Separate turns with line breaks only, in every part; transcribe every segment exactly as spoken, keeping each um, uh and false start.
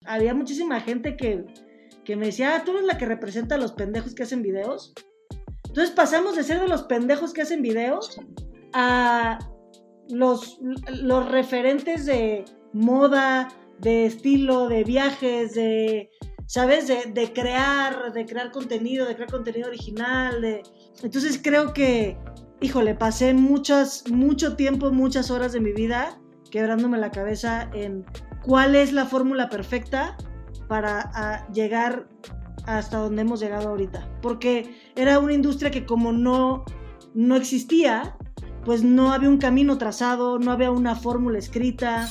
había muchísima gente que, que me decía, ah, tú eres la que representa a los pendejos que hacen videos. Entonces pasamos de ser de los pendejos que hacen videos a los, los referentes de moda, de estilo, de viajes, de, ¿sabes? De, de crear, de crear contenido, de crear contenido original. De... Entonces creo que, híjole, pasé muchas, mucho tiempo, muchas horas de mi vida quebrándome la cabeza en cuál es la fórmula perfecta para a, llegar hasta donde hemos llegado ahorita. Porque era una industria que como no, no existía, pues no había un camino trazado, no había una fórmula escrita.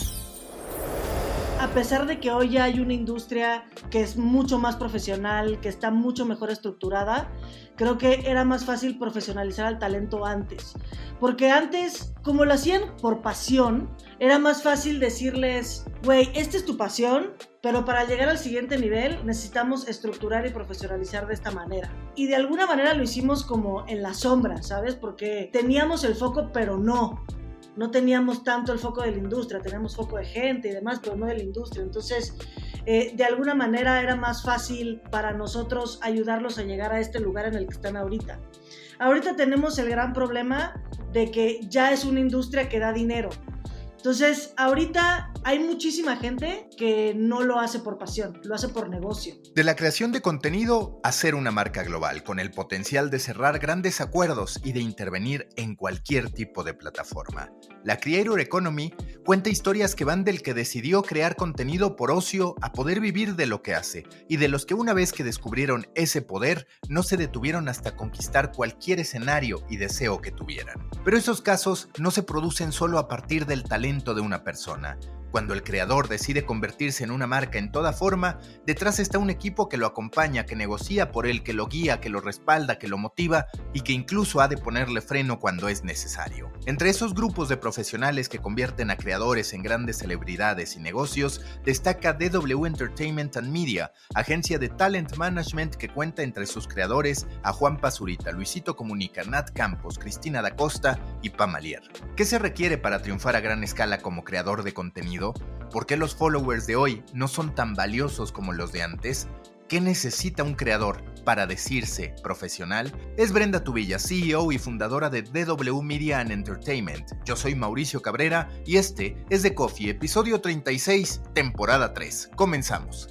A pesar de que hoy ya hay una industria que es mucho más profesional, que está mucho mejor estructurada, creo que era más fácil profesionalizar al talento antes. Porque antes, como lo hacían por pasión, era más fácil decirles, güey, esta es tu pasión, pero para llegar al siguiente nivel necesitamos estructurar y profesionalizar de esta manera. Y de alguna manera lo hicimos como en la sombra, ¿sabes? Porque teníamos el foco, pero no. No teníamos tanto el foco de la industria, teníamos foco de gente y demás, pero no de la industria. Entonces, eh, de alguna manera era más fácil para nosotros ayudarlos a llegar a este lugar en el que están ahorita. Ahorita tenemos el gran problema de que ya es una industria que da dinero. Entonces, ahorita hay muchísima gente que no lo hace por pasión, lo hace por negocio.
De la creación de contenido a ser una marca global, con el potencial de cerrar grandes acuerdos y de intervenir en cualquier tipo de plataforma. La Creator Economy cuenta historias que van del que decidió crear contenido por ocio a poder vivir de lo que hace, y de los que una vez que descubrieron ese poder, no se detuvieron hasta conquistar cualquier escenario y deseo que tuvieran. Pero esos casos no se producen solo a partir del talento de una persona. Cuando el creador decide convertirse en una marca en toda forma, detrás está un equipo que lo acompaña, que negocia por él, que lo guía, que lo respalda, que lo motiva y que incluso ha de ponerle freno cuando es necesario. Entre esos grupos de profesionales que convierten a creadores en grandes celebridades y negocios, destaca D W Entertainment and Media, agencia de talent management que cuenta entre sus creadores a Juan Pazurita, Luisito Comunica, Nat Campos, Cristina da Costa y Pam Alier. ¿Qué se requiere para triunfar a gran escala como creador de contenido? ¿Por qué los followers de hoy no son tan valiosos como los de antes? ¿Qué necesita un creador para decirse profesional? Es Brenda Tubilla, C E O y fundadora de D W Media and Entertainment. Yo soy Mauricio Cabrera y este es The Coffee, episodio treinta y seis, temporada tres. Comenzamos.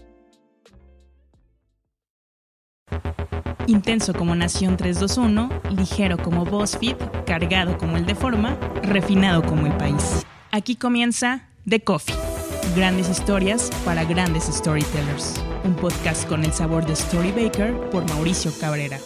Intenso como Nación trescientos veintiuno, ligero como BuzzFeed, cargado como el Deforma, refinado como El País. Aquí comienza The Coffee. Grandes historias para grandes storytellers. Un podcast con el sabor de Storybaker por Mauricio Cabrera.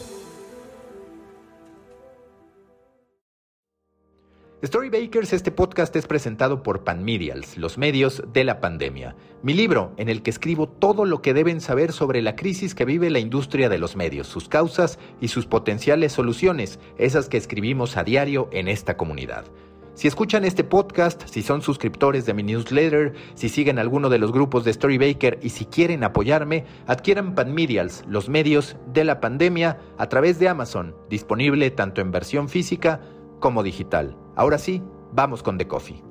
Storybakers, este podcast es presentado por Panmedials, los medios de la pandemia. Mi libro, en el que escribo todo lo que deben saber sobre la crisis que vive la industria de los medios, sus causas y sus potenciales soluciones, esas que escribimos a diario en esta comunidad. Si escuchan este podcast, si son suscriptores de mi newsletter, si siguen alguno de los grupos de Storybaker y si quieren apoyarme, adquieran Panmedials, los medios de la pandemia, a través de Amazon, disponible tanto en versión física como digital. Ahora sí, vamos con The Coffee.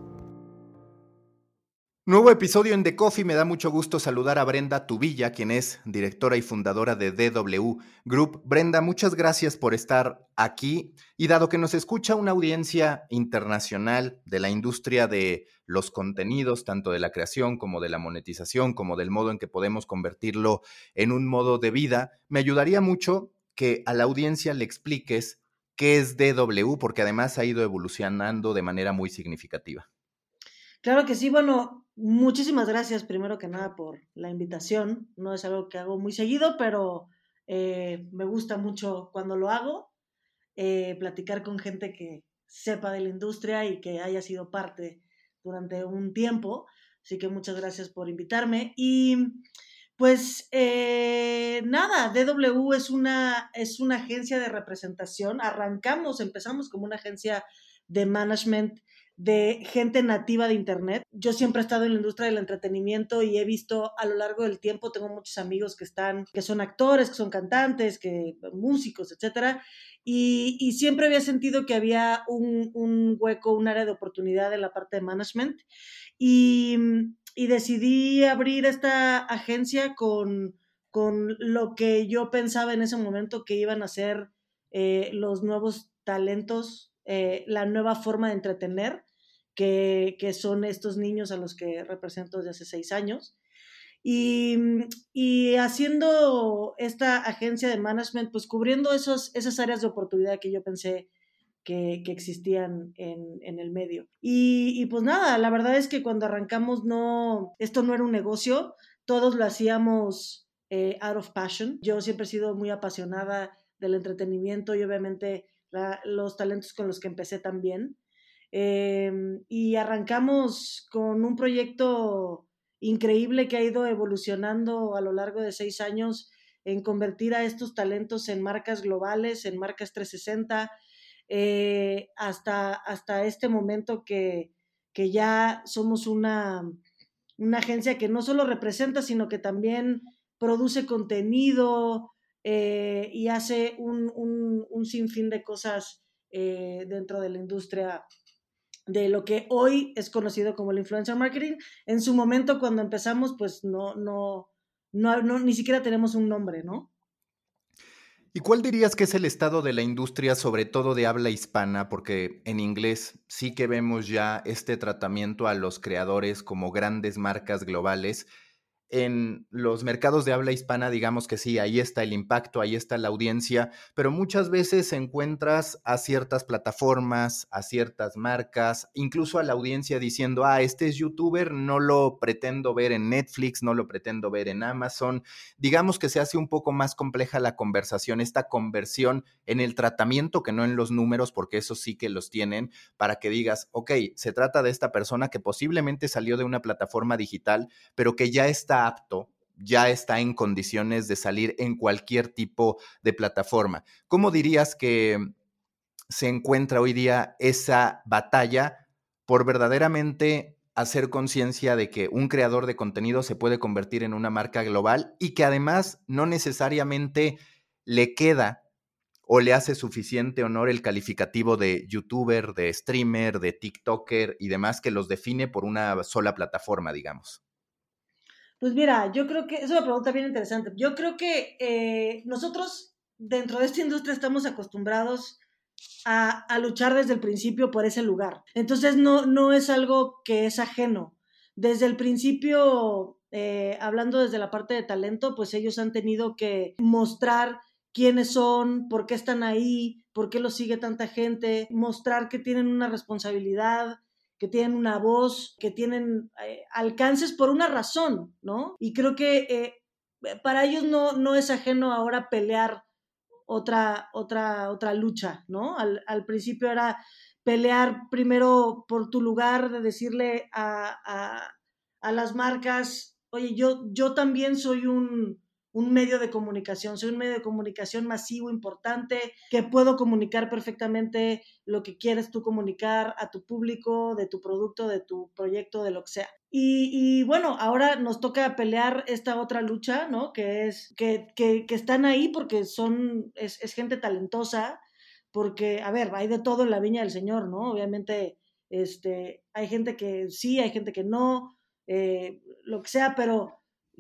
Nuevo episodio en The Coffee. Me da mucho gusto saludar a Brenda Tubilla, quien es directora y fundadora de D W Group. Brenda, muchas gracias por estar aquí. Y dado que nos escucha una audiencia internacional de la industria de los contenidos, tanto de la creación como de la monetización, como del modo en que podemos convertirlo en un modo de vida, me ayudaría mucho que a la audiencia le expliques qué es D W, porque además ha ido evolucionando de manera muy significativa.
Claro que sí, bueno, muchísimas gracias primero que nada por la invitación. No es algo que hago muy seguido, pero eh, me gusta mucho cuando lo hago, eh, platicar con gente que sepa de la industria y que haya sido parte durante un tiempo. Así que muchas gracias por invitarme. Y pues eh, nada, D W es una, es una agencia de representación. Arrancamos, empezamos como una agencia de management de gente nativa de internet. Yo siempre he estado en la industria del entretenimiento y he visto a lo largo del tiempo, tengo muchos amigos que están, que son actores, que son cantantes, que músicos, etcétera, y, y siempre había sentido que había un, un hueco, un área de oportunidad en la parte de management, y, y decidí abrir esta agencia con, con lo que yo pensaba en ese momento que iban a ser eh, los nuevos talentos, eh, la nueva forma de entretener, que, que son estos niños a los que represento desde hace seis años. Y, y haciendo esta agencia de management, pues cubriendo esos, esas áreas de oportunidad que yo pensé que, que existían en, en el medio. Y, y pues nada, la verdad es que cuando arrancamos no, esto no era un negocio, todos lo hacíamos eh, out of passion. Yo siempre he sido muy apasionada del entretenimiento y obviamente la, los talentos con los que empecé también. Eh, y arrancamos con un proyecto increíble que ha ido evolucionando a lo largo de seis años en convertir a estos talentos en marcas globales, en marcas trescientos sesenta, eh, hasta, hasta este momento que, que ya somos una, una agencia que no solo representa, sino que también produce contenido eh, y hace un, un, un sinfín de cosas eh, dentro de la industria de lo que hoy es conocido como el influencer marketing. En su momento, cuando empezamos, pues no, no, no, no ni siquiera tenemos un nombre, ¿no?
¿Y cuál dirías que es el estado de la industria, sobre todo de habla hispana? Porque en inglés sí que vemos ya este tratamiento a los creadores como grandes marcas globales. En los mercados de habla hispana, digamos que sí, ahí está el impacto, ahí está la audiencia, pero muchas veces encuentras a ciertas plataformas, a ciertas marcas, incluso a la audiencia diciendo, ah, este es youtuber, no lo pretendo ver en Netflix, no lo pretendo ver en Amazon. Digamos que se hace un poco más compleja la conversación, esta conversión en el tratamiento que no en los números, porque eso sí que los tienen, para que digas, ok, se trata de esta persona que posiblemente salió de una plataforma digital, pero que ya está apto, ya está en condiciones de salir en cualquier tipo de plataforma. ¿Cómo dirías que se encuentra hoy día esa batalla por verdaderamente hacer conciencia de que un creador de contenido se puede convertir en una marca global y que además no necesariamente le queda o le hace suficiente honor el calificativo de youtuber, de streamer, de tiktoker y demás que los define por una sola plataforma, digamos?
Pues mira, yo creo que es una pregunta bien interesante. Yo creo que eh, nosotros dentro de esta industria estamos acostumbrados a, a luchar desde el principio por ese lugar. Entonces no, no es algo que es ajeno. Desde el principio, eh, hablando desde la parte de talento, pues ellos han tenido que mostrar quiénes son, por qué están ahí, por qué los sigue tanta gente, mostrar que tienen una responsabilidad, que tienen una voz, que tienen eh, alcances por una razón, ¿no? Y creo que eh, para ellos no, no es ajeno ahora pelear otra, otra, otra lucha, ¿no? Al, al principio era pelear primero por tu lugar, de decirle a, a, a las marcas, oye, yo, yo también soy un, un medio de comunicación, soy un medio de comunicación masivo, importante, que puedo comunicar perfectamente lo que quieres tú comunicar a tu público, de tu producto, de tu proyecto, de lo que sea. Y, y bueno, ahora nos toca pelear esta otra lucha, ¿no? Que es que, que, que están ahí porque son, es, es gente talentosa, porque, a ver, hay de todo en la viña del Señor, ¿no? Obviamente, este, hay gente que sí, hay gente que no, eh, lo que sea, pero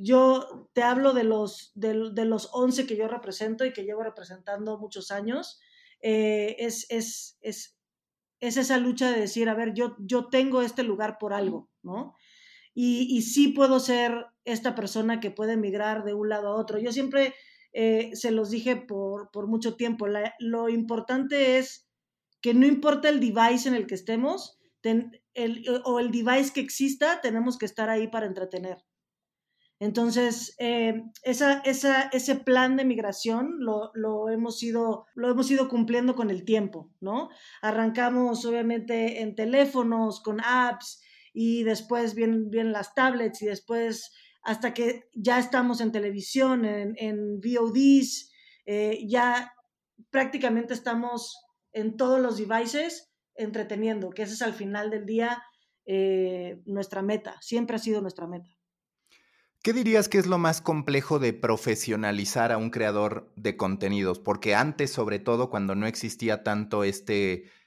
yo te hablo de los, de, de los once que yo represento y que llevo representando muchos años. Eh, es, es, es, es esa lucha de decir, a ver, yo, yo tengo este lugar por algo, ¿no? Y, y sí puedo ser esta persona que puede migrar de un lado a otro. Yo siempre eh, se los dije por, por mucho tiempo, la, lo importante es que no importa el device en el que estemos ten, el, o el device que exista, tenemos que estar ahí para entretener. Entonces, eh, esa, esa, ese plan de migración lo, lo, hemos ido, lo hemos ido cumpliendo con el tiempo, ¿no? Arrancamos obviamente en teléfonos, con apps, y después vienen, vienen las tablets, y después hasta que ya estamos en televisión, en, en V O Ds, eh, ya prácticamente estamos en todos los devices entreteniendo, que ese es al final del día eh, nuestra meta, siempre ha sido nuestra meta.
¿Qué dirías que es lo más complejo de profesionalizar a un creador de contenidos? Porque antes, sobre todo, cuando no existía tanto este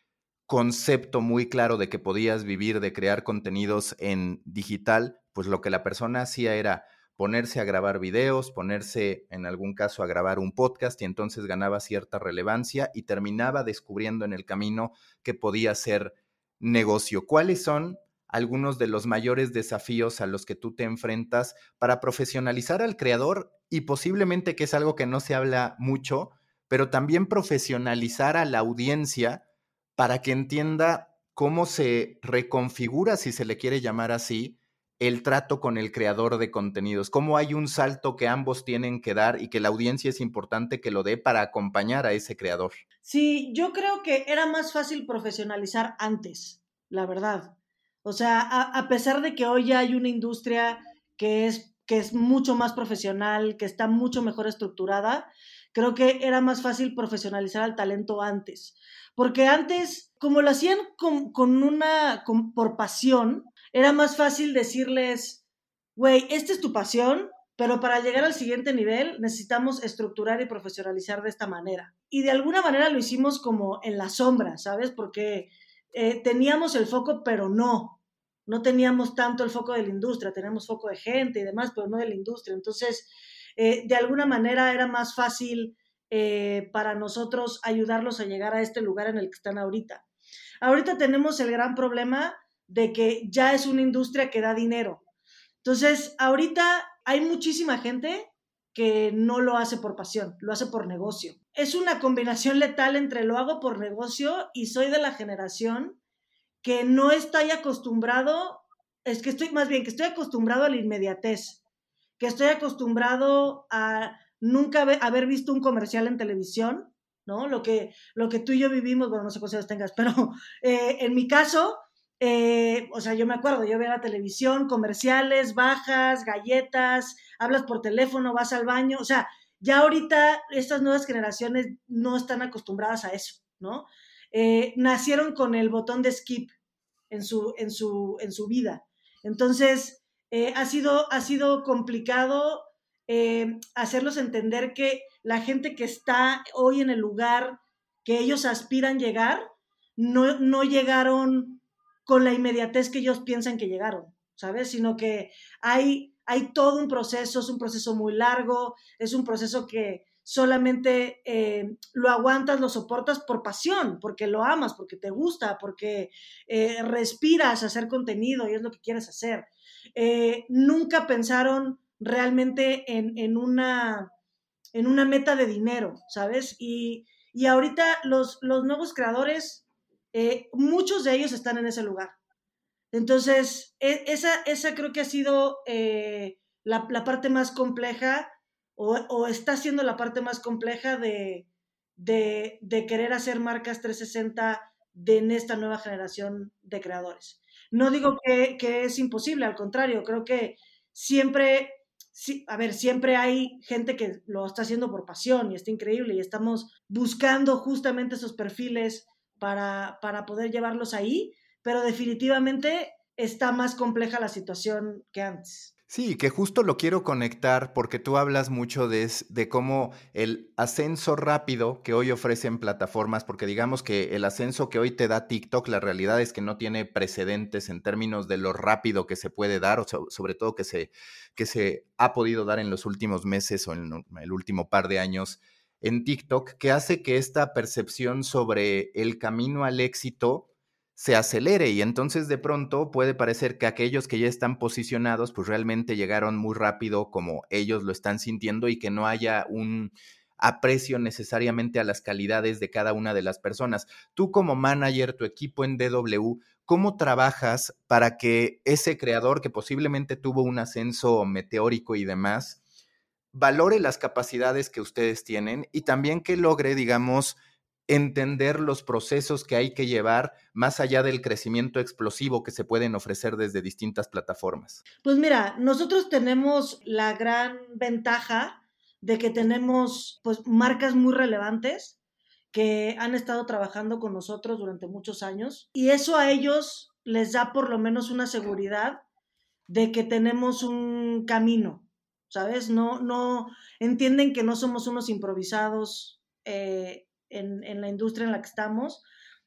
concepto muy claro de que podías vivir de crear contenidos en digital, pues lo que la persona hacía era ponerse a grabar videos, ponerse en algún caso a grabar un podcast y entonces ganaba cierta relevancia y terminaba descubriendo en el camino que podía ser negocio. ¿Cuáles son algunos de los mayores desafíos a los que tú te enfrentas para profesionalizar al creador y posiblemente, que es algo que no se habla mucho, pero también profesionalizar a la audiencia para que entienda cómo se reconfigura, si se le quiere llamar así, el trato con el creador de contenidos? ¿Cómo hay un salto que ambos tienen que dar y que la audiencia es importante que lo dé para acompañar a ese creador?
Sí, yo creo que era más fácil profesionalizar antes, la verdad. O sea, a, a pesar de que hoy ya hay una industria que es, que es mucho más profesional, que está mucho mejor estructurada, creo que era más fácil profesionalizar al talento antes. Porque antes, como lo hacían con, con una, con, por pasión, era más fácil decirles, güey, esta es tu pasión, pero para llegar al siguiente nivel necesitamos estructurar y profesionalizar de esta manera. Y de alguna manera lo hicimos como en la sombra, ¿sabes? Porque eh, teníamos el foco, pero no. No teníamos tanto el foco de la industria, teníamos foco de gente y demás, pero no de la industria. Entonces, eh, de alguna manera era más fácil eh, para nosotros ayudarlos a llegar a este lugar en el que están ahorita. Ahorita tenemos el gran problema de que ya es una industria que da dinero. Entonces, ahorita hay muchísima gente que no lo hace por pasión, lo hace por negocio. Es una combinación letal entre lo hago por negocio y soy de la generación que no estoy acostumbrado, es que estoy más bien que estoy acostumbrado a la inmediatez, que estoy acostumbrado a nunca haber visto un comercial en televisión, ¿no? Lo que, lo que tú y yo vivimos, bueno, no sé cuántos años tengas, pero eh, en mi caso, eh, o sea, yo me acuerdo, yo veía la televisión, comerciales, bajas, galletas, hablas por teléfono, vas al baño, o sea, ya ahorita estas nuevas generaciones no están acostumbradas a eso, ¿no? Eh, nacieron con el botón de skip en su, en su, en su vida. Entonces, eh, ha, sido, ha sido complicado eh, hacerlos entender que la gente que está hoy en el lugar que ellos aspiran llegar, no, no llegaron con la inmediatez que ellos piensan que llegaron, ¿sabes? Sino que hay, hay todo un proceso, es un proceso muy largo, es un proceso que solamente eh, lo aguantas, lo soportas por pasión, porque lo amas, porque te gusta, porque eh, respiras hacer contenido y es lo que quieres hacer. Eh, nunca pensaron realmente en, en, una, en una meta de dinero, ¿sabes? Y, y ahorita los, los nuevos creadores, eh, muchos de ellos están en ese lugar. Entonces, esa, esa creo que ha sido eh, la, la parte más compleja o, o está siendo la parte más compleja de, de, de querer hacer marcas trescientos sesenta de, en esta nueva generación de creadores. No digo que, que es imposible, al contrario, creo que siempre, sí, a ver, siempre hay gente que lo está haciendo por pasión y está increíble y estamos buscando justamente esos perfiles para, para poder llevarlos ahí, pero definitivamente está más compleja la situación que antes.
Sí, que justo lo quiero conectar porque tú hablas mucho de, de cómo el ascenso rápido que hoy ofrecen plataformas, porque digamos que el ascenso que hoy te da TikTok, la realidad es que no tiene precedentes en términos de lo rápido que se puede dar, o so, sobre todo que se, que se ha podido dar en los últimos meses o en el último par de años en TikTok, que hace que esta percepción sobre el camino al éxito se acelere y entonces de pronto puede parecer que aquellos que ya están posicionados pues realmente llegaron muy rápido como ellos lo están sintiendo y que no haya un aprecio necesariamente a las calidades de cada una de las personas. Tú como manager, tu equipo en D W, ¿cómo trabajas para que ese creador que posiblemente tuvo un ascenso meteórico y demás valore las capacidades que ustedes tienen y también que logre, digamos, entender los procesos que hay que llevar más allá del crecimiento explosivo que se pueden ofrecer desde distintas plataformas?
Pues mira, nosotros tenemos la gran ventaja de que tenemos pues marcas muy relevantes que han estado trabajando con nosotros durante muchos años y eso a ellos les da por lo menos una seguridad de que tenemos un camino, ¿sabes? No, no entienden que no somos unos improvisados eh, En, en la industria en la que estamos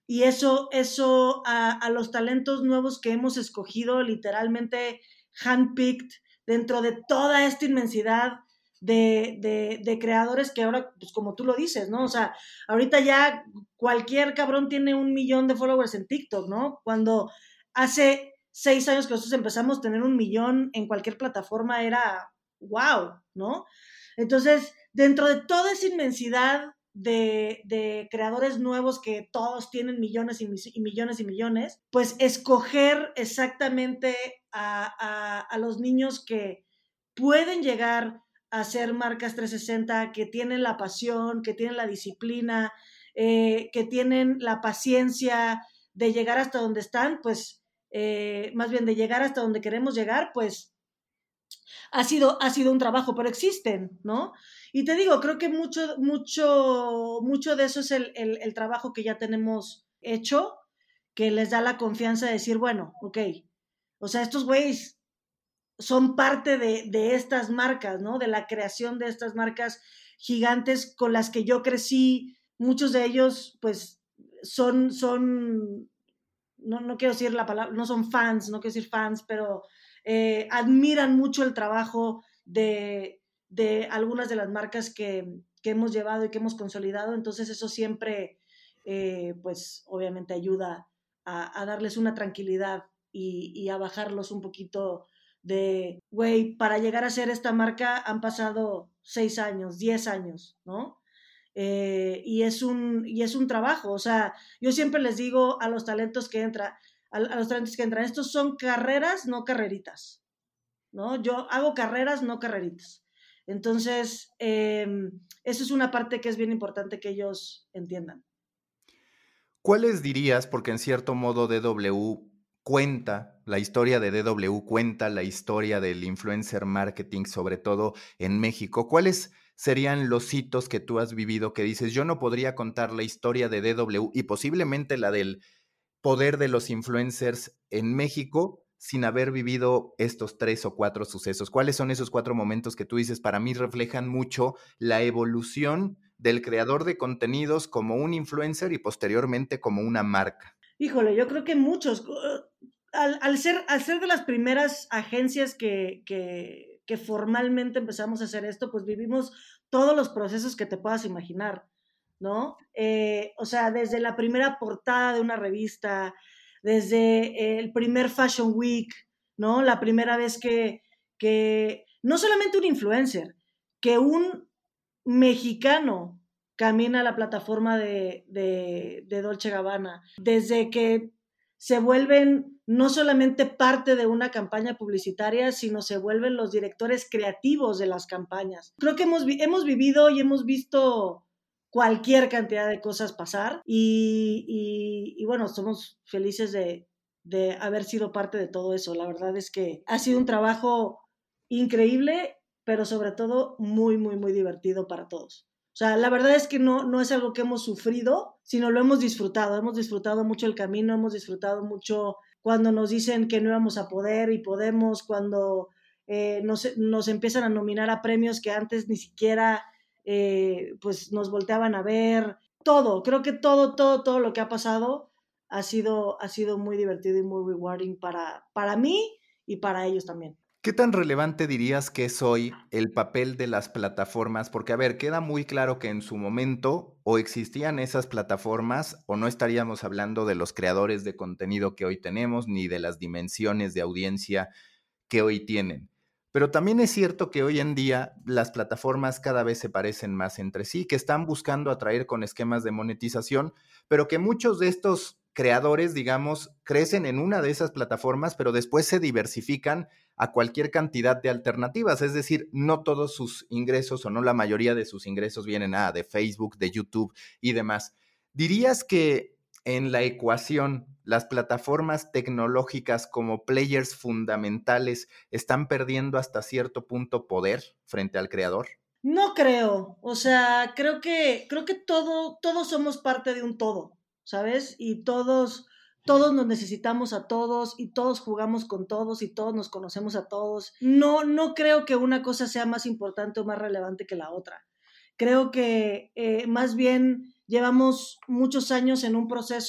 y eso, eso a, a los talentos nuevos que hemos escogido, literalmente handpicked, dentro de toda esta inmensidad de, de, de creadores que ahora, pues como tú lo dices, ¿no? O sea, ahorita ya cualquier cabrón tiene un millón de followers en TikTok, ¿no? Cuando hace seis años que nosotros empezamos a tener un millón en cualquier plataforma era wow, ¿no? Entonces, dentro de toda esa inmensidad de, de creadores nuevos que todos tienen millones y, y millones y millones, pues escoger exactamente a, a, a los niños que pueden llegar a hacer marcas trescientos sesenta, que tienen la pasión, que tienen la disciplina, eh, que tienen la paciencia de llegar hasta donde están, pues eh, más bien de llegar hasta donde queremos llegar, pues ha sido, ha sido un trabajo, pero existen, ¿no? Y te digo, creo que mucho, mucho, mucho de eso es el, el, el trabajo que ya tenemos hecho, que les da la confianza de decir, bueno, ok, o sea, estos güeyes son parte de, de estas marcas, ¿no? De la creación de estas marcas gigantes con las que yo crecí. Muchos de ellos, pues, son, son, no, no quiero decir la palabra, no son fans, no quiero decir fans, pero eh, admiran mucho el trabajo de, de algunas de las marcas que, que hemos llevado y que hemos consolidado. Entonces eso siempre, eh, pues, obviamente ayuda a, a darles una tranquilidad y, y a bajarlos un poquito de, güey, para llegar a ser esta marca han pasado seis años, diez años, ¿no? Eh, y, es un, y es un trabajo, o sea, yo siempre les digo a los talentos que entran, a, a los talentos que entran, estos son carreras, no carreritas, ¿no? Yo hago carreras, no carreritas. Entonces, eh, eso es una parte que es bien importante que ellos entiendan.
¿Cuáles dirías, porque en cierto modo D W cuenta, la historia de D W cuenta la historia del influencer marketing, sobre todo en México? ¿Cuáles serían los hitos que tú has vivido que dices, yo no podría contar la historia de D W y posiblemente la del poder de los influencers en México sin haber vivido estos tres o cuatro sucesos? ¿Cuáles son esos cuatro momentos que tú dices, para mí reflejan mucho la evolución del creador de contenidos como un influencer y posteriormente como una marca?
Híjole, yo creo que muchos, al, al, ser, al ser de las primeras agencias que, que, que formalmente empezamos a hacer esto, pues vivimos todos los procesos que te puedas imaginar, ¿no? Eh, o sea, desde la primera portada de una revista, desde el primer Fashion Week, ¿no? La primera vez que, que no solamente un influencer, que un mexicano camina a la plataforma de, de, de Dolce Gabbana, desde que se vuelven no solamente parte de una campaña publicitaria, sino se vuelven los directores creativos de las campañas. Creo que hemos, hemos vivido y hemos visto cualquier cantidad de cosas pasar y, y, y bueno, somos felices de, de haber sido parte de todo eso. La verdad es que ha sido un trabajo increíble, pero sobre todo muy, muy, muy divertido para todos. O sea, la verdad es que no, no es algo que hemos sufrido, sino lo hemos disfrutado. Hemos disfrutado mucho el camino, hemos disfrutado mucho cuando nos dicen que no íbamos a poder y podemos, cuando eh, nos, nos empiezan a nominar a premios que antes ni siquiera eh, pues nos volteaban a ver. Todo, creo que todo, todo, todo lo que ha pasado ha sido, ha sido muy divertido y muy rewarding para, para mí y para ellos también.
¿Qué tan relevante dirías que es hoy el papel de las plataformas? Porque, a ver, queda muy claro que en su momento o existían esas plataformas o no estaríamos hablando de los creadores de contenido que hoy tenemos, ni de las dimensiones de audiencia que hoy tienen. Pero también es cierto que hoy en día las plataformas cada vez se parecen más entre sí, que están buscando atraer con esquemas de monetización, pero que muchos de estos creadores, digamos, crecen en una de esas plataformas, pero después se diversifican a cualquier cantidad de alternativas. Es decir, no todos sus ingresos o no la mayoría de sus ingresos vienen ah, de Facebook, de YouTube y demás. ¿Dirías que en la ecuación las plataformas tecnológicas como players fundamentales están perdiendo hasta cierto punto poder frente al creador?
No creo, o sea, creo que, creo que todo, todos somos parte de un todo, ¿sabes? Y todos, todos nos necesitamos a todos y todos jugamos con todos y todos nos conocemos a todos. No, no creo que una cosa sea más importante o más relevante que la otra. Creo que eh, más bien llevamos muchos años en un proceso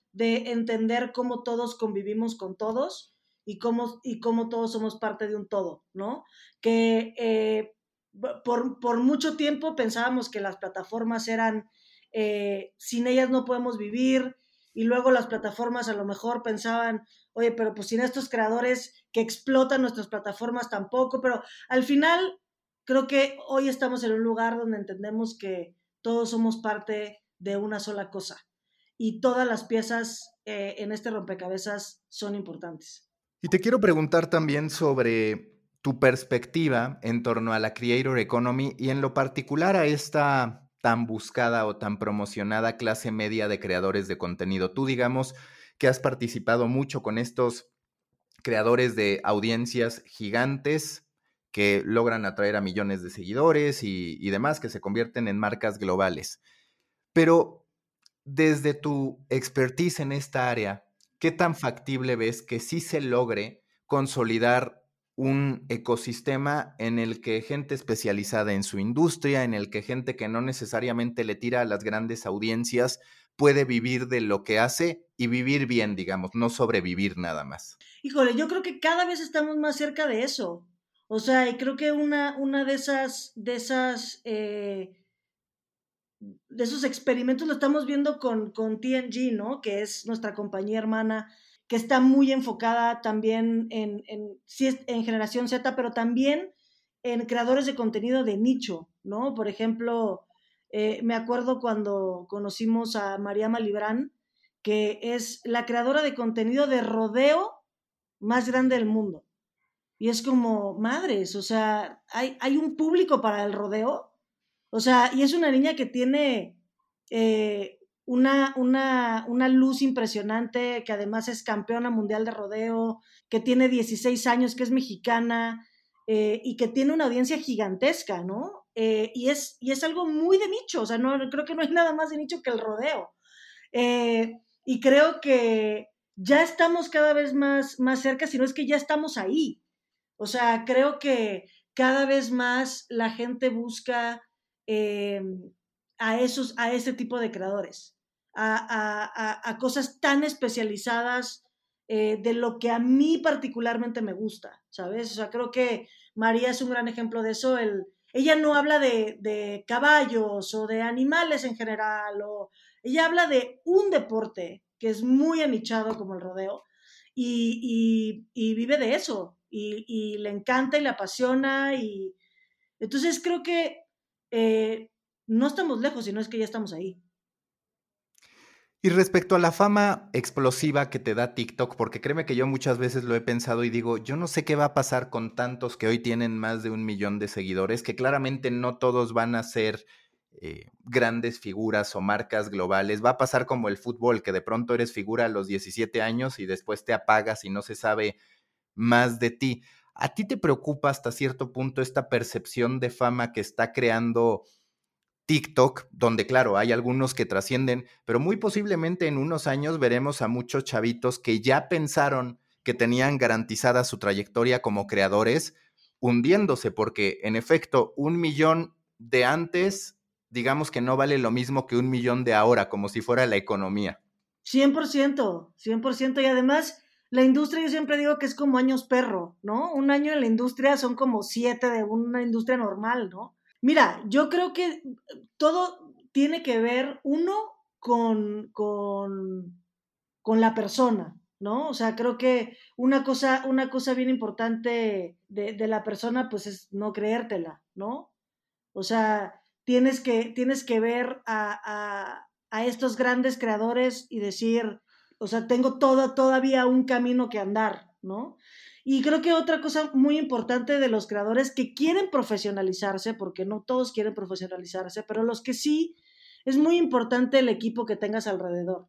de entender cómo todos convivimos con todos y cómo, y cómo todos somos parte de un todo, ¿no? Que eh, por, por mucho tiempo pensábamos que las plataformas eran, eh, sin ellas no podemos vivir, y luego las plataformas a lo mejor pensaban, oye, pero pues sin estos creadores que explotan nuestras plataformas tampoco, pero al final creo que hoy estamos en un lugar donde entendemos que todos somos parte de una sola cosa y todas las piezas eh, en este rompecabezas son importantes.
Y te quiero preguntar también sobre tu perspectiva en torno a la Creator Economy y en lo particular a esta tan buscada o tan promocionada clase media de creadores de contenido. Tú, digamos, que has participado mucho con estos creadores de audiencias gigantes que logran atraer a millones de seguidores y, y demás, que se convierten en marcas globales. Pero desde tu expertise en esta área, ¿qué tan factible ves que sí se logre consolidar un ecosistema en el que gente especializada en su industria, en el que gente que no necesariamente le tira a las grandes audiencias, puede vivir de lo que hace y vivir bien, digamos, no sobrevivir nada más?
Híjole, yo creo que cada vez estamos más cerca de eso. O sea, y creo que una, una de esas, de esas, eh, de esos experimentos lo estamos viendo con, con T N G, ¿no? Que es nuestra compañía hermana, que está muy enfocada también en, en, sí, en generación Z, pero también en creadores de contenido de nicho, ¿no? Por ejemplo, eh, me acuerdo cuando conocimos a María Malibran, que es la creadora de contenido de rodeo más grande del mundo. Y es como, madres, o sea, hay, hay un público para el rodeo. O sea, y es una niña que tiene eh, una, una, una luz impresionante, que además es campeona mundial de rodeo, que tiene dieciséis años, que es mexicana, eh, y que tiene una audiencia gigantesca, ¿no? Eh, y, es, y es algo muy de nicho, o sea, no, creo que no hay nada más de nicho que el rodeo. Eh, y creo que ya estamos cada vez más, más cerca, si no es que ya estamos ahí. O sea, creo que cada vez más la gente busca eh, a, esos, a ese tipo de creadores, a, a, a, a cosas tan especializadas eh, de lo que a mí particularmente me gusta, ¿sabes? O sea, creo que María es un gran ejemplo de eso. El, ella no habla de, de caballos o de animales en general, o, ella habla de un deporte que es muy anichado como el rodeo y, y, y vive de eso y, y le encanta y le apasiona y entonces creo que eh, no estamos lejos, sino es que ya estamos ahí.
Y respecto a la fama explosiva que te da TikTok, porque créeme que yo muchas veces lo he pensado y digo, yo no sé qué va a pasar con tantos que hoy tienen más de un millón de seguidores, que claramente no todos van a ser eh, grandes figuras o marcas globales. Va a pasar como el fútbol, que de pronto eres figura a los diecisiete años y después te apagas y no se sabe más de ti. ¿A ti te preocupa hasta cierto punto esta percepción de fama que está creando TikTok, donde claro, hay algunos que trascienden, pero muy posiblemente en unos años veremos a muchos chavitos que ya pensaron que tenían garantizada su trayectoria como creadores, hundiéndose, porque en efecto, un millón de antes, digamos que no vale lo mismo que un millón de ahora, como si fuera la economía.
cien por ciento, cien por ciento, y además la industria, yo siempre digo que es como años perro, ¿no? Un año en la industria son como siete de una industria normal, ¿no? Mira, yo creo que todo tiene que ver, uno, con, con, con la persona, ¿no? O sea, creo que una cosa, una cosa bien importante de, de la persona, pues es no creértela, ¿no? O sea, tienes que, tienes que ver a, a, a estos grandes creadores y decir, o sea, tengo todo, todavía un camino que andar, ¿no? Y creo que otra cosa muy importante de los creadores que quieren profesionalizarse, porque no todos quieren profesionalizarse, pero los que sí, es muy importante el equipo que tengas alrededor.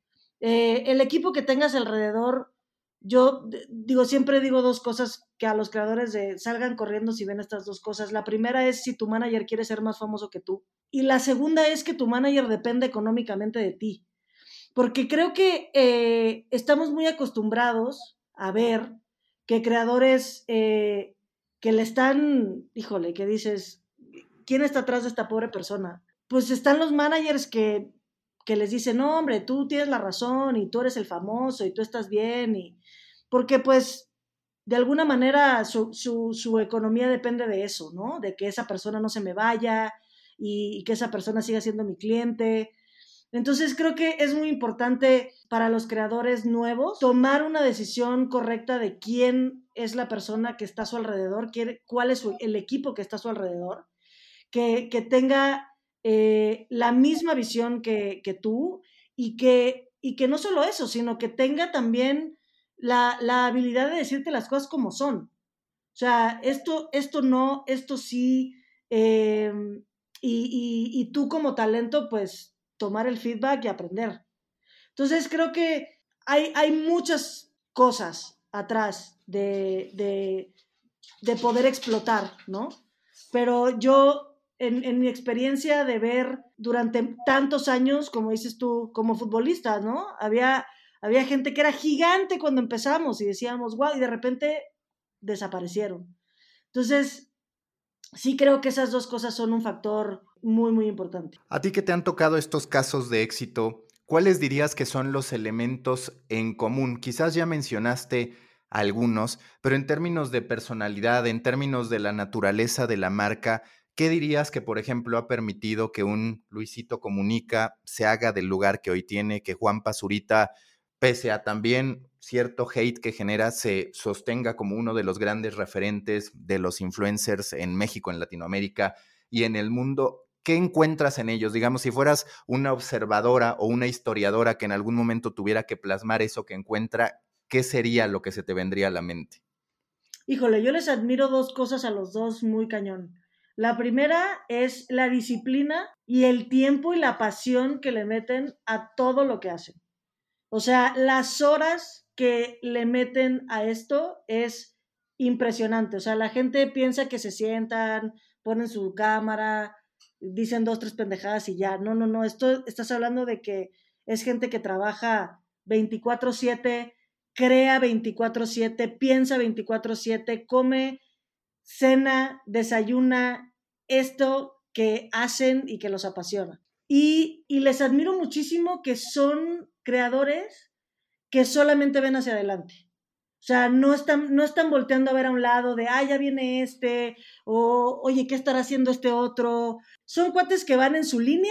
Eh, el equipo que tengas alrededor, yo digo, siempre digo dos cosas que a los creadores de salgan corriendo si ven estas dos cosas. La primera es si tu manager quiere ser más famoso que tú. Y la segunda es que tu manager depende económicamente de ti. Porque creo que eh, estamos muy acostumbrados a ver que creadores eh, que le están, híjole, que dices, ¿quién está atrás de esta pobre persona? Pues están los managers que, que les dice, no, hombre, tú tienes la razón y tú eres el famoso y tú estás bien, y porque pues de alguna manera su, su, su economía depende de eso, ¿no? De que esa persona no se me vaya y, y que esa persona siga siendo mi cliente. Entonces creo que es muy importante para los creadores nuevos tomar una decisión correcta de quién es la persona que está a su alrededor, quién, cuál es su, el equipo que está a su alrededor, que, que tenga eh, la misma visión que, que tú y que, y que no solo eso, sino que tenga también la, la habilidad de decirte las cosas como son. O sea, esto, esto no, esto sí, eh, y, y, y tú como talento, pues tomar el feedback y aprender. Entonces creo que hay, hay muchas cosas atrás de, de, de poder explotar, ¿no? Pero yo, en, en mi experiencia de ver durante tantos años, como dices tú, como futbolista, ¿no? Había, había gente que era gigante cuando empezamos y decíamos, wow, y de repente desaparecieron. Entonces, sí creo que esas dos cosas son un factor muy, muy importante.
A ti que te han tocado estos casos de éxito, ¿cuáles dirías que son los elementos en común? Quizás ya mencionaste algunos, pero en términos de personalidad, en términos de la naturaleza de la marca, ¿qué dirías que, por ejemplo, ha permitido que un Luisito Comunica se haga del lugar que hoy tiene, que Juan Pazurita, pese a también cierto hate que genera, se sostenga como uno de los grandes referentes de los influencers en México, en Latinoamérica y en el mundo? ¿Qué encuentras en ellos? Digamos, si fueras una observadora o una historiadora que en algún momento tuviera que plasmar eso que encuentra, ¿qué sería lo que se te vendría a la mente?
Híjole, yo les admiro dos cosas a los dos muy cañón. La primera es la disciplina y el tiempo y la pasión que le meten a todo lo que hacen. O sea, las horas que le meten a esto es impresionante. O sea, la gente piensa que se sientan, ponen su cámara, dicen dos, tres pendejadas y ya. No, no, no. Esto estás hablando de que es gente que trabaja veinticuatro siete, crea veinticuatro siete, piensa veinticuatro siete, come, cena, desayuna, esto que hacen y que los apasiona. Y, y les admiro muchísimo que son creadores que solamente ven hacia adelante. O sea, no están, no están volteando a ver a un lado de, ah, ya viene este, o oye, ¿qué estará haciendo este otro? Son cuates que van en su línea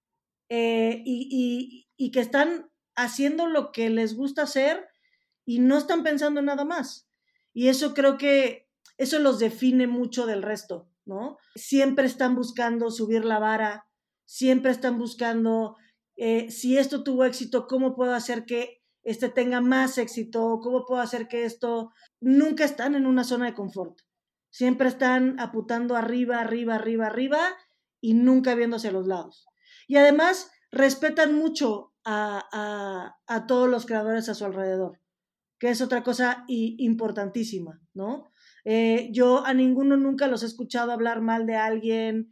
eh, y, y, y que están haciendo lo que les gusta hacer y no están pensando en nada más. Y eso creo que, eso los define mucho del resto, ¿no? Siempre están buscando subir la vara, siempre están buscando, eh, si esto tuvo éxito, ¿cómo puedo hacer que este tenga más éxito? ¿Cómo puedo hacer que esto? Nunca están en una zona de confort. Siempre están apuntando arriba, arriba, arriba, arriba y nunca viéndose a los lados. Y además respetan mucho a, a, a todos los creadores a su alrededor, que es otra cosa y, importantísima, ¿no? Eh, yo a ninguno nunca los he escuchado hablar mal de alguien,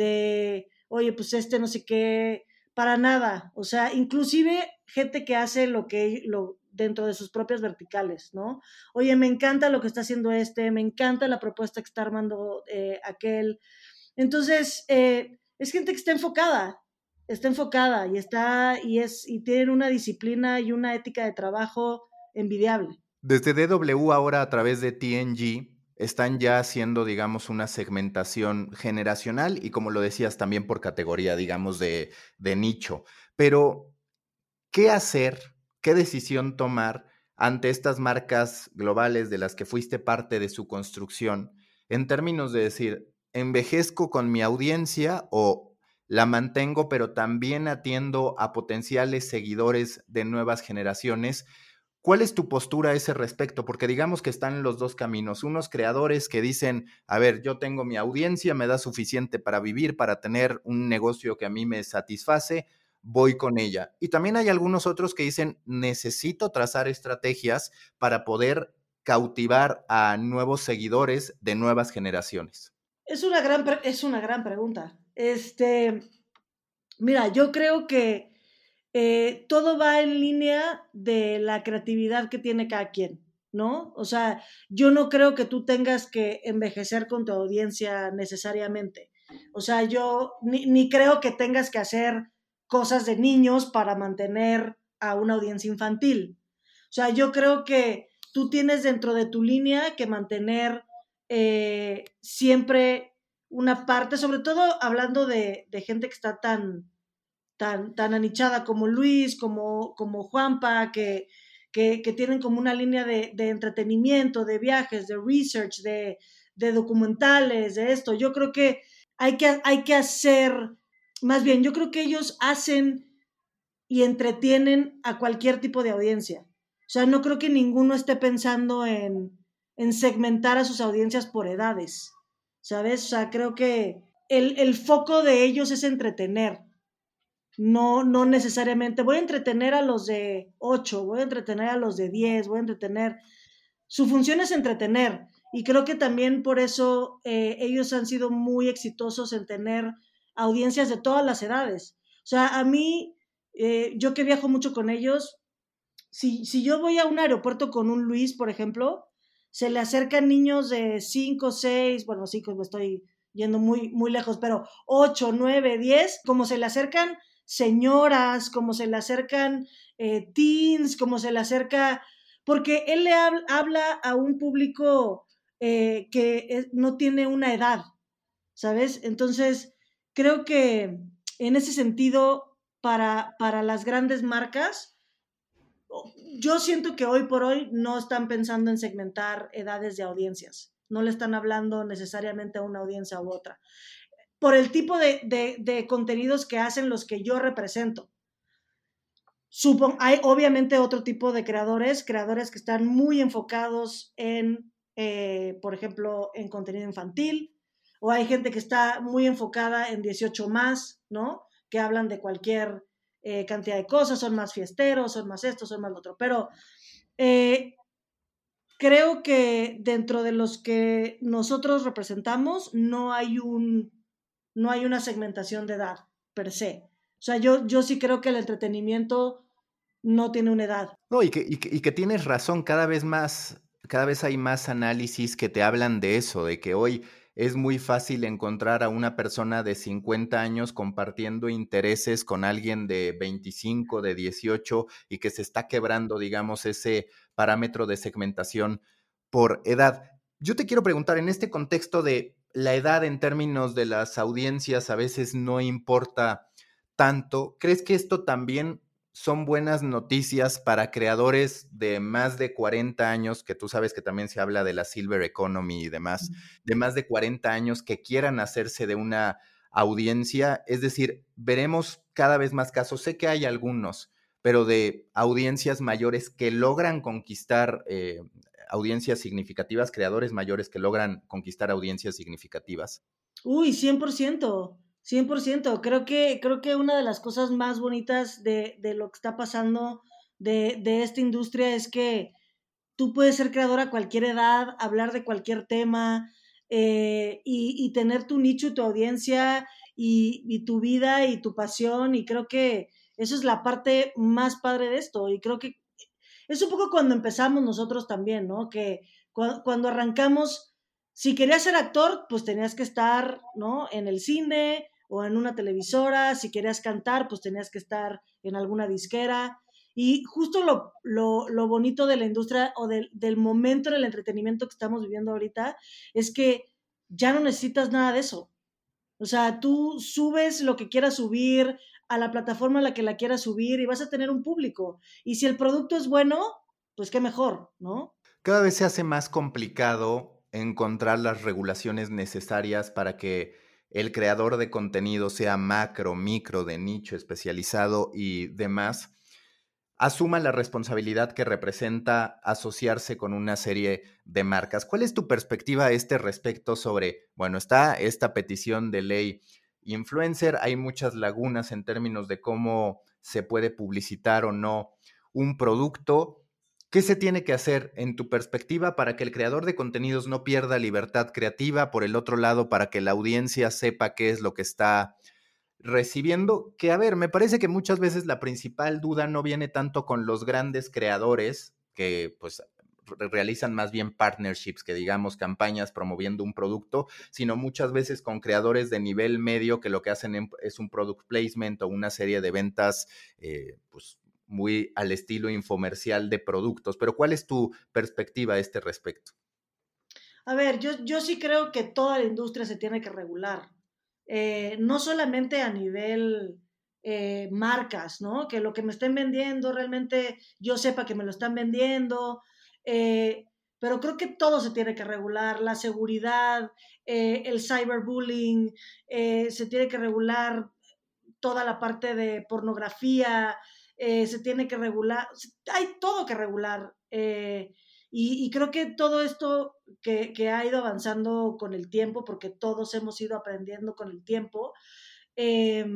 de, oye, pues este no sé qué, para nada. O sea, inclusive gente que hace lo que, lo, dentro de sus propias verticales, ¿no? Oye, me encanta lo que está haciendo este, me encanta la propuesta que está armando eh, aquel. Entonces, eh, es gente que está enfocada, está enfocada y está, y es, y tienen una disciplina y una ética de trabajo envidiable.
Desde D W ahora a través de T N G están ya haciendo, digamos, una segmentación generacional y, como lo decías, también por categoría, digamos, de, de nicho. Pero, ¿qué hacer? ¿Qué decisión tomar ante estas marcas globales de las que fuiste parte de su construcción en términos de decir, envejezco con mi audiencia o la mantengo, pero también atiendo a potenciales seguidores de nuevas generaciones? ¿Cuál es tu postura a ese respecto? Porque digamos que están los dos caminos. Unos creadores que dicen, a ver, yo tengo mi audiencia, me da suficiente para vivir, para tener un negocio que a mí me satisface, voy con ella. Y también hay algunos otros que dicen, necesito trazar estrategias para poder cautivar a nuevos seguidores de nuevas generaciones.
Es una gran, es una gran pregunta. Este, mira, yo creo que Eh, todo va en línea de la creatividad que tiene cada quien, ¿no? O sea, yo no creo que tú tengas que envejecer con tu audiencia necesariamente. O sea, yo ni, ni creo que tengas que hacer cosas de niños para mantener a una audiencia infantil. O sea, yo creo que tú tienes dentro de tu línea que mantener eh, siempre una parte, sobre todo hablando de, de gente que está tan, tan, tan anichada como Luis, como, como Juanpa, que, que, que tienen como una línea de, de entretenimiento, de viajes, de research, de, de documentales, de esto. Yo creo que hay que, hay que hacer, más bien, yo creo que ellos hacen y entretienen a cualquier tipo de audiencia. O sea, no creo que ninguno esté pensando en, en segmentar a sus audiencias por edades, ¿sabes? O sea, creo que el, el foco de ellos es entretener. No, no necesariamente voy a entretener a los de ocho, voy a entretener a los de diez, voy a entretener. Su función es entretener. Y creo que también por eso eh, ellos han sido muy exitosos en tener audiencias de todas las edades. O sea, a mí, eh, yo que viajo mucho con ellos, si, si yo voy a un aeropuerto con un Luis, por ejemplo, se le acercan niños de cinco, seis, bueno, cinco me estoy yendo muy, muy lejos, pero ocho, nueve, diez, como se le acercan señoras, como se le acercan eh, teens, como se le acerca, porque él le habla, habla a un público eh, que es, no tiene una edad, ¿sabes? Entonces, creo que en ese sentido, para, para las grandes marcas, yo siento que hoy por hoy no están pensando en segmentar edades de audiencias, no le están hablando necesariamente a una audiencia u otra, por el tipo de, de, de contenidos que hacen los que yo represento. Supon, hay obviamente otro tipo de creadores, creadores que están muy enfocados en, eh, por ejemplo, en contenido infantil, o hay gente que está muy enfocada en dieciocho más, ¿no? Que hablan de cualquier eh, cantidad de cosas, son más fiesteros, son más esto, son más lo otro, pero eh, creo que dentro de los que nosotros representamos no hay un, no hay una segmentación de edad per se. O sea, yo, yo sí creo que el entretenimiento no tiene una edad.
No, y que, y que, y que tienes razón, cada vez más, cada vez hay más análisis que te hablan de eso, de que hoy es muy fácil encontrar a una persona de cincuenta años compartiendo intereses con alguien de veinticinco, de dieciocho, y que se está quebrando, digamos, ese parámetro de segmentación por edad. Yo te quiero preguntar, en este contexto de la edad en términos de las audiencias a veces no importa tanto, ¿crees que esto también son buenas noticias para creadores de más de cuarenta años, que tú sabes que también se habla de la Silver Economy y demás, de más de cuarenta años que quieran hacerse de una audiencia? Es decir, veremos cada vez más casos, sé que hay algunos, pero de audiencias mayores que logran conquistar eh, audiencias significativas, creadores mayores que logran conquistar audiencias significativas.
Uy, cien por ciento. cien por ciento. Creo que, creo que una de las cosas más bonitas de, de lo que está pasando de, de esta industria es que tú puedes ser creador a cualquier edad, hablar de cualquier tema eh, y, y tener tu nicho y tu audiencia y, y tu vida y tu pasión, y creo que eso es la parte más padre de esto, y creo que es un poco cuando empezamos nosotros también, ¿no? Que cu- cuando arrancamos, si querías ser actor, pues tenías que estar, ¿no? En el cine o en una televisora. Si querías cantar, pues tenías que estar en alguna disquera. Y justo lo, lo, lo bonito de la industria o del, del momento en el entretenimiento que estamos viviendo ahorita es que ya no necesitas nada de eso. O sea, tú subes lo que quieras subir a la plataforma a la que la quieras subir y vas a tener un público. Y si el producto es bueno, pues qué mejor, ¿no?
Cada vez se hace más complicado encontrar las regulaciones necesarias para que el creador de contenido, sea macro, micro, de nicho, especializado y demás, asuma la responsabilidad que representa asociarse con una serie de marcas. ¿Cuál es tu perspectiva a este respecto sobre, bueno, está esta petición de ley influencer, hay muchas lagunas en términos de cómo se puede publicitar o no un producto? ¿Qué se tiene que hacer en tu perspectiva para que el creador de contenidos no pierda libertad creativa? Por el otro lado, para que la audiencia sepa qué es lo que está recibiendo, que a ver, me parece que muchas veces la principal duda no viene tanto con los grandes creadores, que pues realizan más bien partnerships, que digamos campañas promoviendo un producto, sino muchas veces con creadores de nivel medio que lo que hacen es un product placement o una serie de ventas eh, pues muy al estilo infomercial de productos. Pero ¿cuál es tu perspectiva a este respecto?
A ver, yo, yo sí creo que toda la industria se tiene que regular, eh, no solamente a nivel eh, marcas, ¿no? Que lo que me estén vendiendo realmente yo sepa que me lo están vendiendo, eh, pero creo que todo se tiene que regular, la seguridad, eh, el cyberbullying, eh, se tiene que regular toda la parte de pornografía, eh, se tiene que regular, hay todo que regular. Eh, y, y, creo que todo esto que, que, ha ido avanzando con el tiempo, porque todos hemos ido aprendiendo con el tiempo, eh,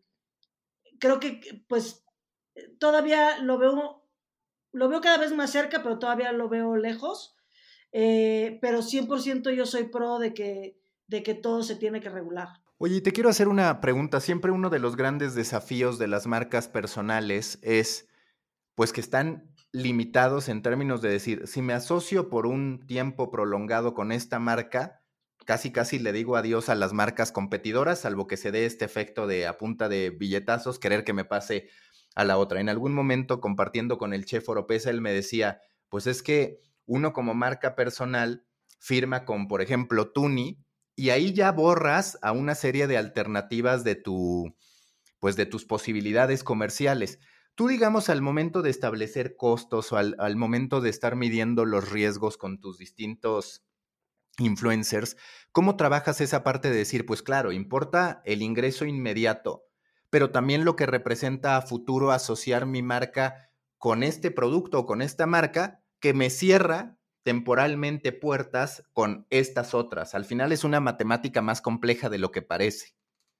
creo que pues todavía lo veo, lo veo cada vez más cerca, pero todavía lo veo lejos. Eh, pero cien por ciento yo soy pro de que, de que todo se tiene que regular.
Oye, te quiero hacer una pregunta. Siempre uno de los grandes desafíos de las marcas personales es, pues, que están limitados en términos de decir, si me asocio por un tiempo prolongado con esta marca, casi casi le digo adiós a las marcas competidoras, salvo que se dé este efecto de a punta de billetazos, querer que me pase a la otra. En algún momento, compartiendo con el chef Oropesa, él me decía, pues es que uno como marca personal firma con, por ejemplo, Tuni, y ahí ya borras a una serie de alternativas de tu, pues de tus posibilidades comerciales. Tú, digamos, al momento de establecer costos o al, al momento de estar midiendo los riesgos con tus distintos influencers, ¿cómo trabajas esa parte de decir, pues claro, importa el ingreso inmediato, pero también lo que representa a futuro asociar mi marca con este producto o con esta marca que me cierra temporalmente puertas con estas otras? Al final es una matemática más compleja de lo que parece.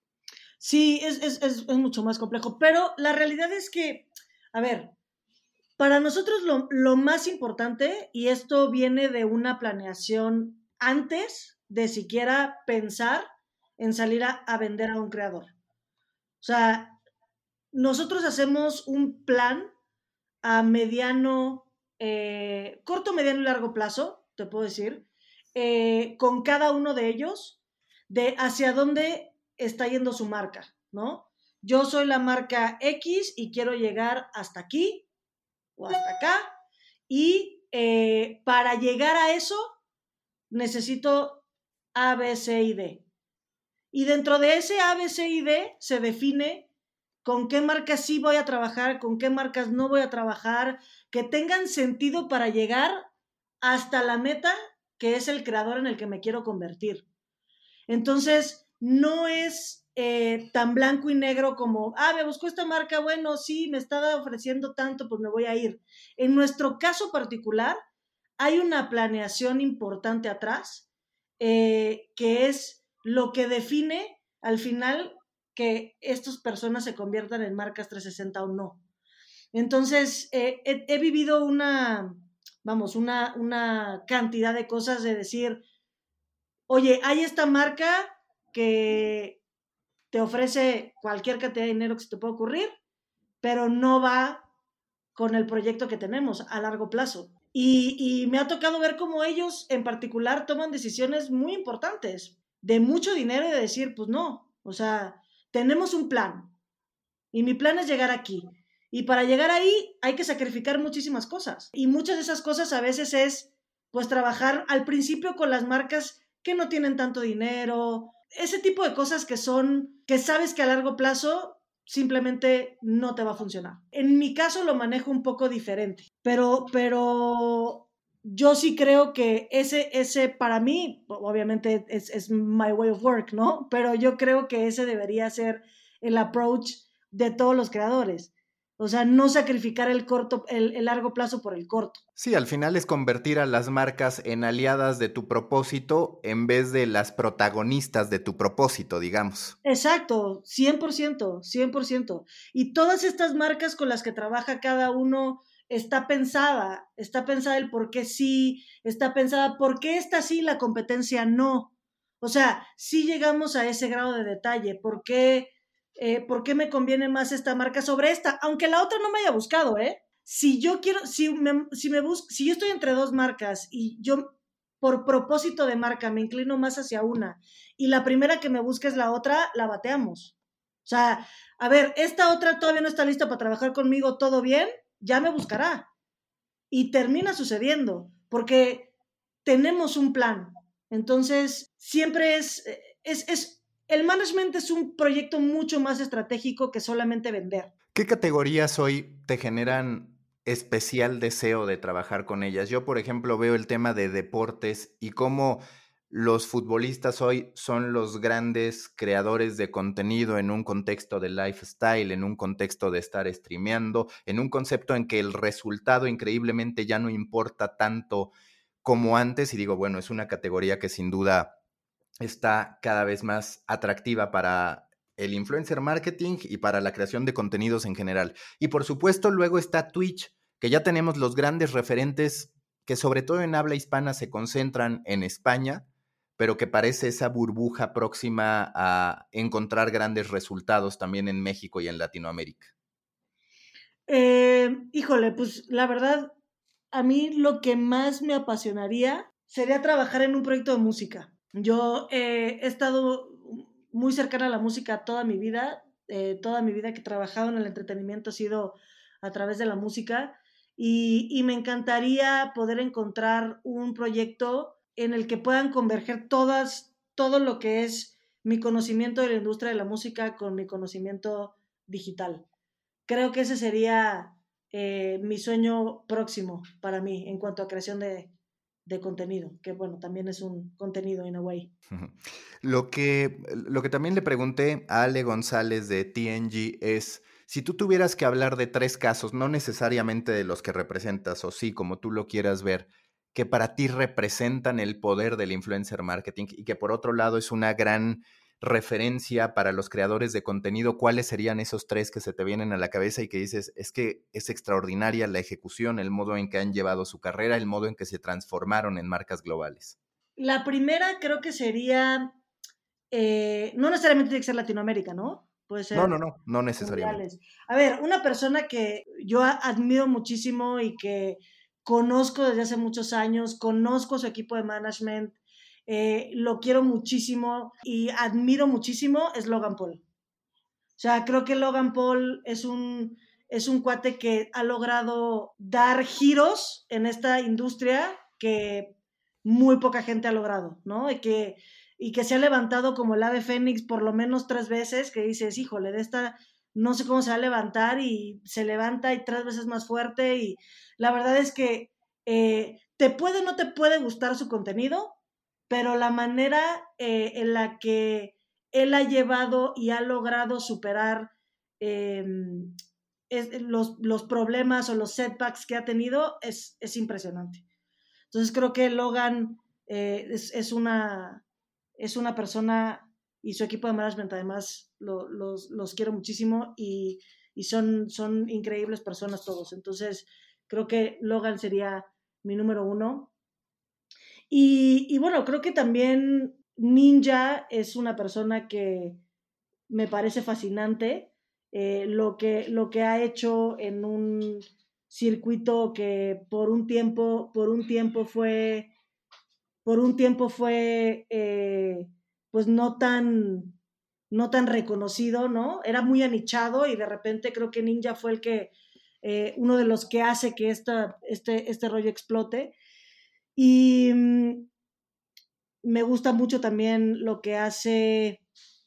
Sí, es, es, es, es mucho más complejo, pero la realidad es que, a ver, para nosotros lo, lo más importante, y esto viene de una planeación antes de siquiera pensar en salir a, a vender a un creador. O sea, nosotros hacemos un plan a mediano, eh, corto, mediano y largo plazo, te puedo decir, eh, con cada uno de ellos, de hacia dónde está yendo su marca, ¿no? Yo soy la marca X y quiero llegar hasta aquí o hasta acá, y eh, para llegar a eso necesito A, B, C y D. Y dentro de ese A, B, C y D se define con qué marcas sí voy a trabajar, con qué marcas no voy a trabajar, que tengan sentido para llegar hasta la meta, que es el creador en el que me quiero convertir. Entonces, no es eh, tan blanco y negro como, ah, me buscó esta marca, bueno, sí, me está ofreciendo tanto, pues me voy a ir. En nuestro caso particular, hay una planeación importante atrás, eh, que es lo que define al final que estas personas se conviertan en marcas trescientos sesenta o no. Entonces, eh, he, he vivido una, vamos, una, una cantidad de cosas de decir, oye, hay esta marca que te ofrece cualquier cantidad de dinero que se te pueda ocurrir, pero no va con el proyecto que tenemos a largo plazo. Y, y me ha tocado ver cómo ellos en particular toman decisiones muy importantes, de mucho dinero, y de decir, pues no, o sea, tenemos un plan y mi plan es llegar aquí. Y para llegar ahí hay que sacrificar muchísimas cosas. Y muchas de esas cosas a veces es, pues, trabajar al principio con las marcas que no tienen tanto dinero, ese tipo de cosas que son, que sabes que a largo plazo simplemente no te va a funcionar. En mi caso lo manejo un poco diferente, pero, pero yo sí creo que ese, ese para mí, obviamente es, es my way of work, ¿no? Pero yo creo que ese debería ser el approach de todos los creadores. O sea, no sacrificar el corto, el, el largo plazo por el corto.
Sí, al final es convertir a las marcas en aliadas de tu propósito en vez de las protagonistas de tu propósito, digamos.
Exacto, cien por ciento, cien por ciento. Y todas estas marcas con las que trabaja cada uno está pensada, está pensada el por qué sí, está pensada por qué esta sí, la competencia no. O sea, sí llegamos a ese grado de detalle, por qué... Eh, ¿por qué me conviene más esta marca sobre esta? Aunque la otra no me haya buscado, ¿eh? si yo quiero, si me, si me busco, si yo estoy entre dos marcas y yo por propósito de marca me inclino más hacia una y la primera que me busca es la otra, la bateamos. O sea, a ver, esta otra todavía no está lista para trabajar conmigo, todo bien, ya me buscará. Y termina sucediendo, porque tenemos un plan. Entonces, siempre es, es, es, el management es un proyecto mucho más estratégico que solamente vender.
¿Qué categorías hoy te generan especial deseo de trabajar con ellas? Yo, por ejemplo, veo el tema de deportes y cómo los futbolistas hoy son los grandes creadores de contenido en un contexto de lifestyle, en un contexto de estar streameando, en un concepto en que el resultado increíblemente ya no importa tanto como antes. Y digo, bueno, es una categoría que sin duda está cada vez más atractiva para el influencer marketing y para la creación de contenidos en general. Y por supuesto, luego está Twitch, que ya tenemos los grandes referentes que sobre todo en habla hispana se concentran en España, pero que parece esa burbuja próxima a encontrar grandes resultados también en México y en Latinoamérica.
Eh, híjole, pues la verdad, a mí lo que más me apasionaría sería trabajar en un proyecto de música. Yo eh, he estado muy cercana a la música toda mi vida, eh, toda mi vida que he trabajado en el entretenimiento ha sido a través de la música y, y me encantaría poder encontrar un proyecto en el que puedan converger todas, todo lo que es mi conocimiento de la industria de la música con mi conocimiento digital. Creo que ese sería eh, mi sueño próximo para mí en cuanto a creación de, de contenido, que bueno, también es un contenido in a way.
Lo que, lo que también le pregunté a Ale González de T N G es, si tú tuvieras que hablar de tres casos, no necesariamente de los que representas, o sí, como tú lo quieras ver, que para ti representan el poder del influencer marketing y que por otro lado es una gran referencia para los creadores de contenido, ¿cuáles serían esos tres que se te vienen a la cabeza y que dices, es que es extraordinaria la ejecución, el modo en que han llevado su carrera, el modo en que se transformaron en marcas globales?
La primera creo que sería, eh, no necesariamente tiene que ser Latinoamérica, ¿no? Puede ser
No, no, no, no necesariamente.
mundiales. A ver, una persona que yo admiro muchísimo y que conozco desde hace muchos años, conozco su equipo de management, eh, lo quiero muchísimo y admiro muchísimo, es Logan Paul. O sea, creo que Logan Paul es un, es un cuate que ha logrado dar giros en esta industria que muy poca gente ha logrado, ¿no? Y que, y que se ha levantado como el ave fénix por lo menos tres veces, que dices, híjole, de esta no sé cómo se va a levantar y se levanta y tres veces más fuerte y la verdad es que eh, te puede o no te puede gustar su contenido, pero la manera eh, en la que él ha llevado y ha logrado superar eh, es, los, los problemas o los setbacks que ha tenido es, es impresionante. Entonces creo que Logan eh, es, es, una, es una persona y su equipo de management además lo, los, los quiero muchísimo y, y son, son increíbles personas todos. Entonces creo que Logan sería mi número uno. Y, y bueno, creo que también Ninja es una persona que me parece fascinante eh, lo, que, lo que ha hecho en un circuito que por un tiempo, por un tiempo fue, por un tiempo fue eh, pues no tan, no tan reconocido, ¿no? Era muy anichado y de repente creo que Ninja fue el que, eh, uno de los que hace que esta, este, este rollo explote. Y mmm, me gusta mucho también lo que hace,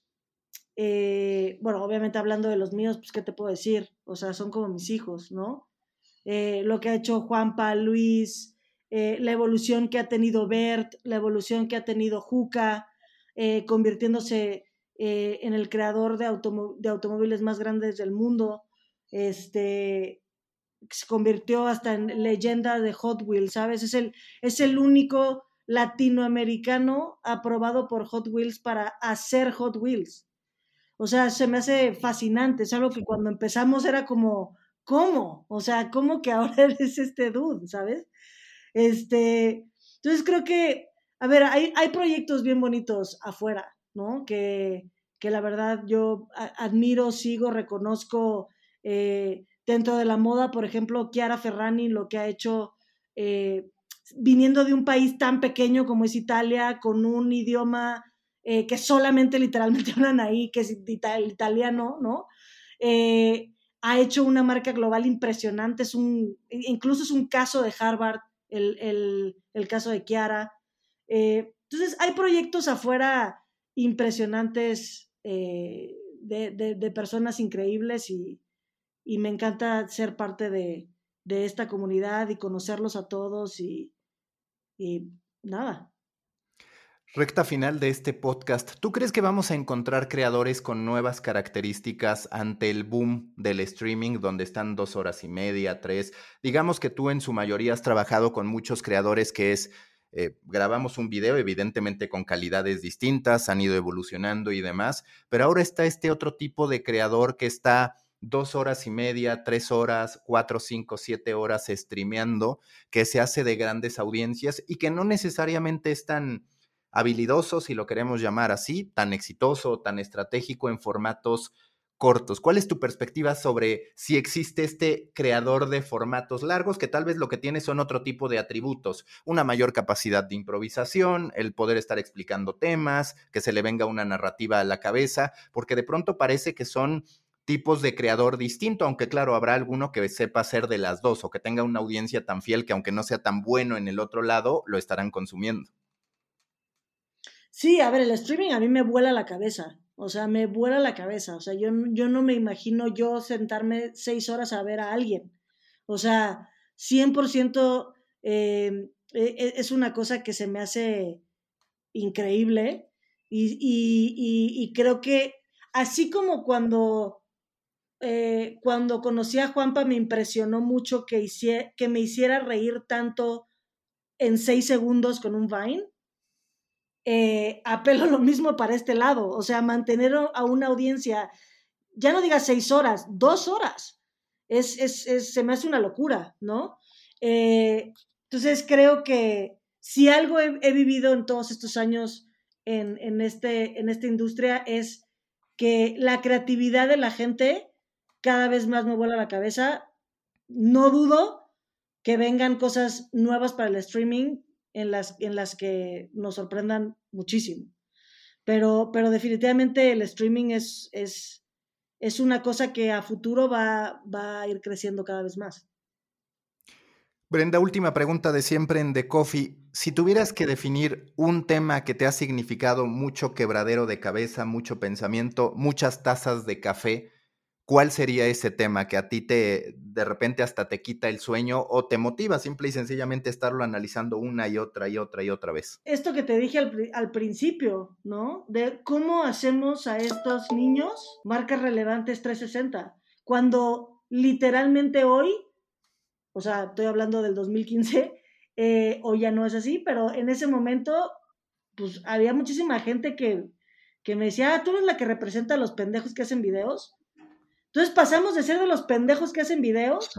eh, bueno, obviamente hablando de los míos, pues, ¿qué te puedo decir? O sea, son como mis hijos, ¿no? Eh, lo que ha hecho Juanpa, Luis, eh, la evolución que ha tenido Bert, la evolución que ha tenido Juca, eh, convirtiéndose eh, en el creador de, automo de automóviles más grandes del mundo, este, se convirtió hasta en leyenda de Hot Wheels, ¿sabes? Es el, es el único latinoamericano aprobado por Hot Wheels para hacer Hot Wheels. O sea, se me hace fascinante, es algo que cuando empezamos era como, ¿cómo? O sea, ¿cómo que ahora eres este dude, ¿sabes? Este, entonces creo que, a ver, hay, hay proyectos bien bonitos afuera, ¿no? Que, que la verdad yo admiro, sigo, reconozco, eh, dentro de la moda, por ejemplo, Chiara Ferragni, lo que ha hecho eh, viniendo de un país tan pequeño como es Italia, con un idioma eh, que solamente literalmente hablan ahí, que es el italiano, ¿no? Eh, ha hecho una marca global impresionante, es un, incluso es un caso de Harvard, el, el, el caso de Chiara. Eh, entonces, hay proyectos afuera impresionantes eh, de, de, de personas increíbles y, y me encanta ser parte de, de esta comunidad y conocerlos a todos y, y nada.
Recta final de este podcast. ¿Tú crees que vamos a encontrar creadores con nuevas características ante el boom del streaming, donde están dos horas y media, tres? Digamos que tú en su mayoría has trabajado con muchos creadores que es, eh, grabamos un video evidentemente con calidades distintas, han ido evolucionando y demás, pero ahora está este otro tipo de creador que está dos horas y media, tres horas, cuatro, cinco, siete horas streameando, que se hace de grandes audiencias y que no necesariamente es tan habilidoso, si lo queremos llamar así, tan exitoso, tan estratégico en formatos cortos. ¿Cuál es tu perspectiva sobre si existe este creador de formatos largos que tal vez lo que tiene son otro tipo de atributos, una mayor capacidad de improvisación, el poder estar explicando temas, que se le venga una narrativa a la cabeza, porque de pronto parece que son tipos de creador distinto, aunque claro, habrá alguno que sepa hacer de las dos o que tenga una audiencia tan fiel que aunque no sea tan bueno en el otro lado, lo estarán consumiendo.
Sí, a ver, el streaming a mí me vuela la cabeza, o sea, me vuela la cabeza, o sea, yo, yo no me imagino yo sentarme seis horas a ver a alguien, o sea, cien por ciento eh, es una cosa que se me hace increíble y, y, y, y creo que así como cuando, eh, cuando conocí a Juanpa me impresionó mucho que, hicie, que me hiciera reír tanto en seis segundos con un Vine. Eh, apelo lo mismo para este lado, o sea, mantener a una audiencia, ya no digas seis horas, dos horas, es, es, es, se me hace una locura, ¿no? Eh, entonces creo que si algo he, he vivido en todos estos años en, en, este, en esta industria es que la creatividad de la gente cada vez más me vuela la cabeza, no dudo que vengan cosas nuevas para el streaming, En las, en las que nos sorprendan muchísimo. Pero, pero definitivamente el streaming es, es, es una cosa que a futuro va, va a ir creciendo cada vez más.
Brenda, última pregunta de siempre en The Coffee. Si tuvieras que definir un tema que te ha significado mucho quebradero de cabeza, mucho pensamiento, muchas tazas de café, ¿cuál sería ese tema que a ti te de repente hasta te quita el sueño o te motiva simple y sencillamente estarlo analizando una y otra y otra y otra vez?
Esto que te dije al, al principio, ¿no? De cómo hacemos a estos niños marcas relevantes trescientos sesenta. Cuando literalmente hoy, o sea, estoy hablando del dos mil quince, eh, hoy ya no es así, pero en ese momento, pues había muchísima gente que, que me decía, ah, tú eres la que representa a los pendejos que hacen videos. Entonces pasamos de ser de los pendejos que hacen videos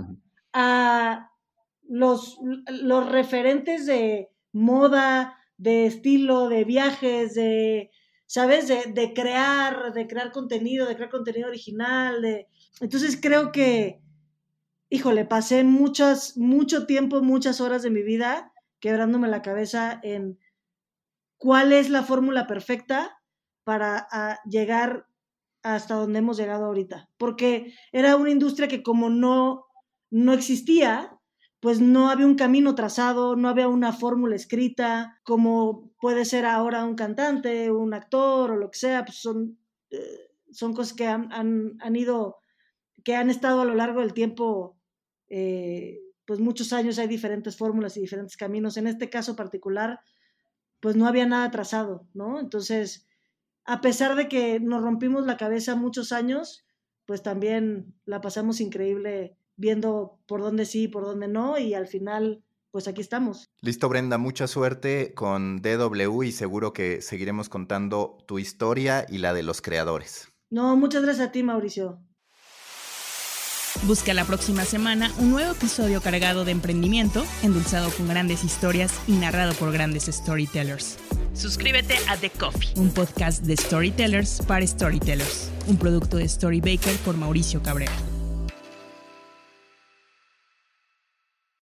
a los, los referentes de moda, de estilo, de viajes, de, ¿sabes? De, de crear, de crear contenido, de crear contenido original. De... Entonces creo que, híjole, pasé muchas, mucho tiempo, muchas horas de mi vida quebrándome la cabeza en cuál es la fórmula perfecta para a, llegar hasta donde hemos llegado ahorita, porque era una industria que como no, no existía, pues no había un camino trazado, no había una fórmula escrita, como puede ser ahora un cantante, un actor o lo que sea, pues son, eh, son cosas que han, han, han ido, que han estado a lo largo del tiempo, eh, pues muchos años hay diferentes fórmulas y diferentes caminos. En este caso particular, pues no había nada trazado, ¿no? Entonces, a pesar de que nos rompimos la cabeza muchos años, pues también la pasamos increíble viendo por dónde sí y por dónde no, y al final, pues aquí estamos.
Listo, Brenda, mucha suerte con D W y seguro que seguiremos contando tu historia y la de los creadores.
No, muchas gracias a ti, Mauricio.
Busca la próxima semana un nuevo episodio cargado de emprendimiento, endulzado con grandes historias y narrado por grandes storytellers. Suscríbete a The Coffee, un podcast de storytellers para storytellers, un producto de Storybaker por Mauricio Cabrera.